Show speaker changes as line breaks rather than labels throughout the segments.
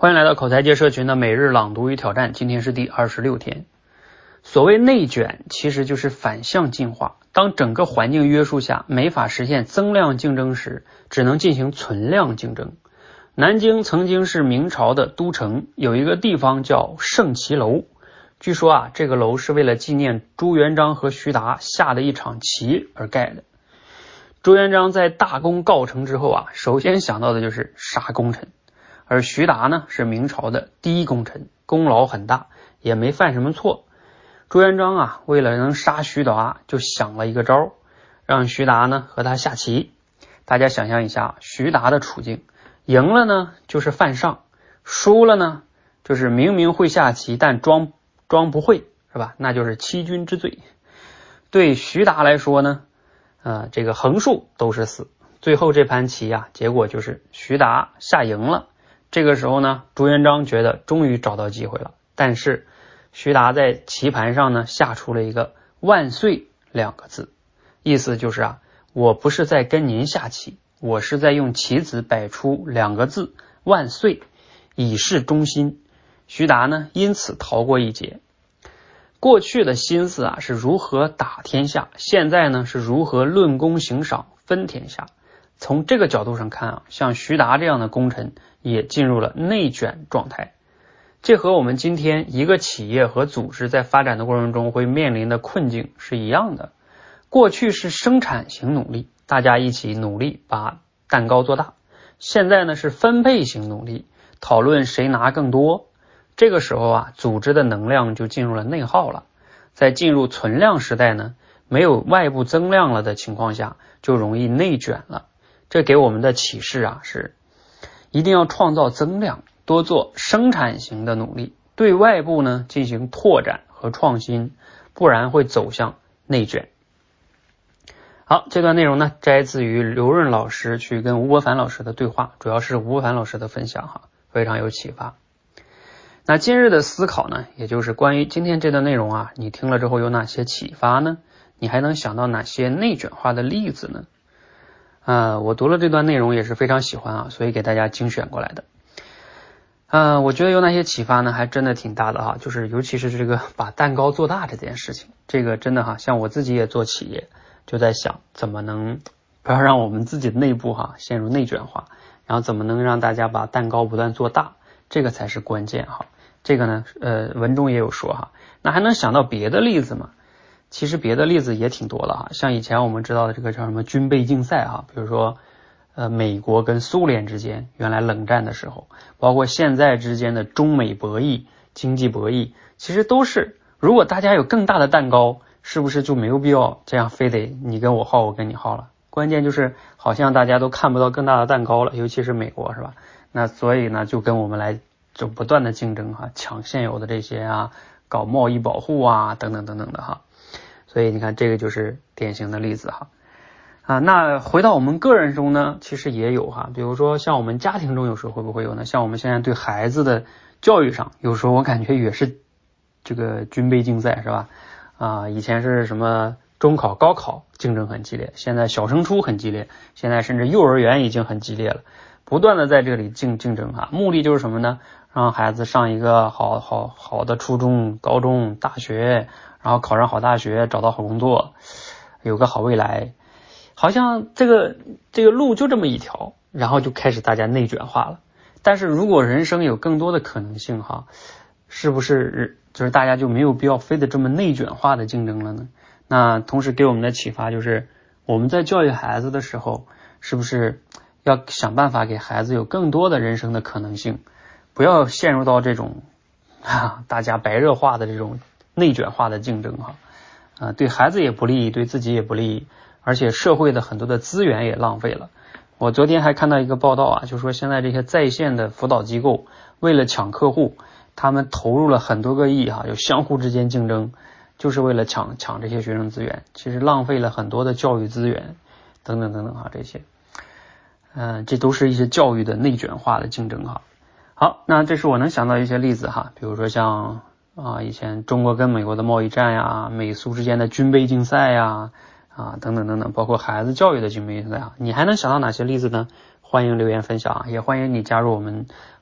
欢迎来到口才界社群的每日朗读与挑战，今天是第26天。所谓内卷，其实就是反向进化。当整个环境约束下没法实现增量竞争时，只能进行存量竞争。南京曾经是明朝的都城，有一个地方叫圣骑楼。据说这个楼是为了纪念朱元璋和徐达下的一场棋而盖的。朱元璋在大功告成之后首先想到的就是杀功臣。而徐达呢是明朝的第一功臣，功劳很大，也没犯什么错。朱元璋为了能杀徐达，就想了一个招，让徐达呢和他下棋。大家想象一下徐达的处境，赢了呢就是犯上，输了呢就是明明会下棋但装不会，是吧？那就是欺君之罪。对徐达来说呢，这个横竖都是死。最后这盘棋结果就是徐达下赢了。这个时候呢，朱元璋觉得终于找到机会了，但是徐达在棋盘上呢下出了一个万岁2个字，意思就是我不是在跟您下棋，我是在用棋子摆出2个字万岁，以示忠心。徐达呢因此逃过一劫。过去的心思是如何打天下，现在呢是如何论功行赏分天下。从这个角度上看像徐达这样的功臣也进入了内卷状态。这和我们今天一个企业和组织在发展的过程中会面临的困境是一样的。过去是生产型努力，大家一起努力把蛋糕做大。现在呢是分配型努力，讨论谁拿更多。这个时候组织的能量就进入了内耗了。在进入存量时代呢，没有外部增量了的情况下，就容易内卷了。这给我们的启示是一定要创造增量，多做生产型的努力，对外部呢进行拓展和创新，不然会走向内卷。好，这段内容呢摘自于刘润老师去跟吴伯凡老师的对话，主要是吴伯凡老师的分享非常有启发。那今日的思考呢，也就是关于今天这段内容你听了之后有哪些启发呢？你还能想到哪些内卷化的例子呢？我读了这段内容也是非常喜欢所以给大家精选过来的。我觉得有哪些启发呢，还真的挺大的就是尤其是这个把蛋糕做大这件事情，这个真的像我自己也做企业，就在想怎么能不要让我们自己的内部陷入内卷化，然后怎么能让大家把蛋糕不断做大，这个才是关键这个呢文中也有说那还能想到别的例子吗？其实别的例子也挺多的像以前我们知道的这个叫什么军备竞赛比如说美国跟苏联之间原来冷战的时候，包括现在之间的中美博弈、经济博弈，其实都是如果大家有更大的蛋糕，是不是就没有必要这样非得你跟我耗我跟你耗了？关键就是好像大家都看不到更大的蛋糕了，尤其是美国，是吧？那所以呢就跟我们来就不断的竞争抢现有的这些搞贸易保护等等等等的所以你看这个就是典型的例子那回到我们个人中呢，其实也有比如说像我们家庭中有时候会不会有呢？像我们现在对孩子的教育上，有时候我感觉也是这个军备竞赛，是吧？以前是什么中考、高考竞争很激烈，现在小升初很激烈，现在甚至幼儿园已经很激烈了，不断的在这里竞争目的就是什么呢？让孩子上一个好的初中、高中、大学，然后考上好大学，找到好工作，有个好未来。好像这个路就这么一条，然后就开始大家内卷化了。但是如果人生有更多的可能性是不是就是大家就没有必要非得这么内卷化的竞争了呢？那同时给我们的启发就是我们在教育孩子的时候，是不是要想办法给孩子有更多的人生的可能性，不要陷入到这种大家白热化的这种内卷化的竞争对孩子也不利，对自己也不利，而且社会的很多的资源也浪费了。我昨天还看到一个报道就说现在这些在线的辅导机构为了抢客户，他们投入了很多个亿就相互之间竞争，就是为了抢这些学生资源，其实浪费了很多的教育资源等等等等这些这都是一些教育的内卷化的竞争好，那这是我能想到一些例子比如说像以前中国跟美国的贸易战美苏之间的军备竞赛等等等等，包括孩子教育的军备竞赛你还能想到哪些例子呢？欢迎留言分享也欢迎你加入我们和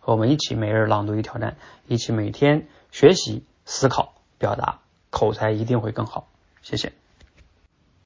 和我们一起每日朗读与挑战，一起每天学习、思考、表达，口才一定会更好。谢谢。